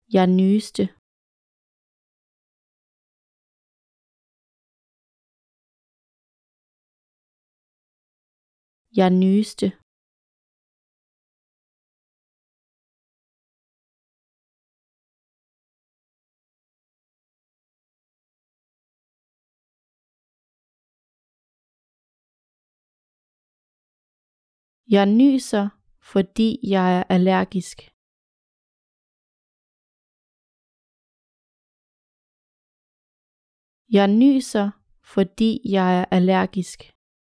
Jeg nyste. Jeg nyste. Jeg nyser, fordi jeg er allergisk. Jeg nyser, fordi jeg er allergisk.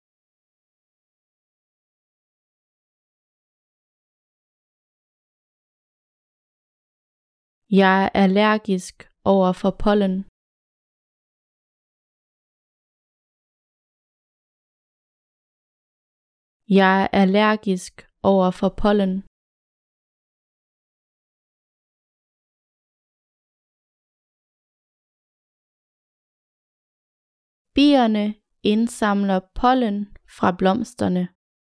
Jeg er allergisk over for pollen. Jeg er allergisk over for pollen. Bierne indsamler pollen fra blomsterne.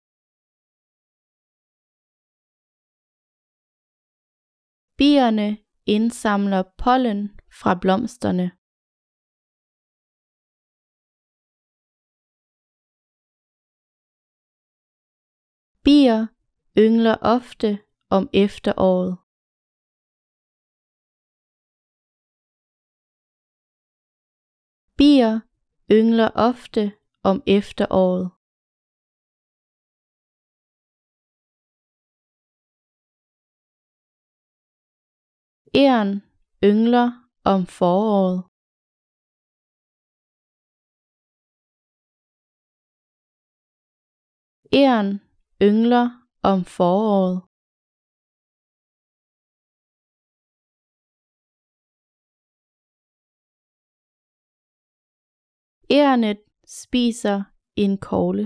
Bierne indsamler pollen fra blomsterne. Bier yngler ofte om efteråret. Bier yngler ofte om efteråret. Egern yngler om foråret. Egern yngler om foråret. Egernet spiser en kogle.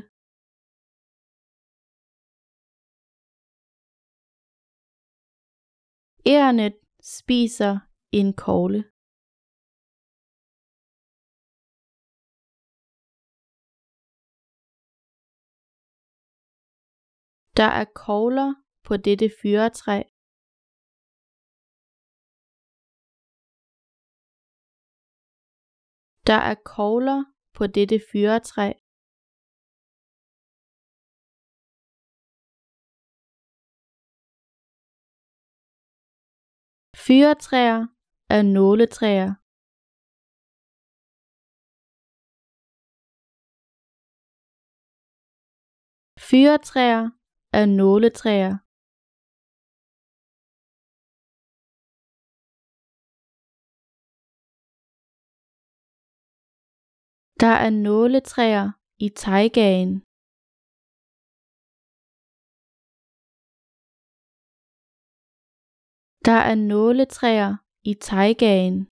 Egernet spiser en kogle. Der er kogler på dette fyrretræ. Der er kogler på dette fyrretræ. Fyrretræer er nåletræer. Fyrretræer er nåletræer. Der er nåletræer i taigaen. Der er nåletræer i taigaen.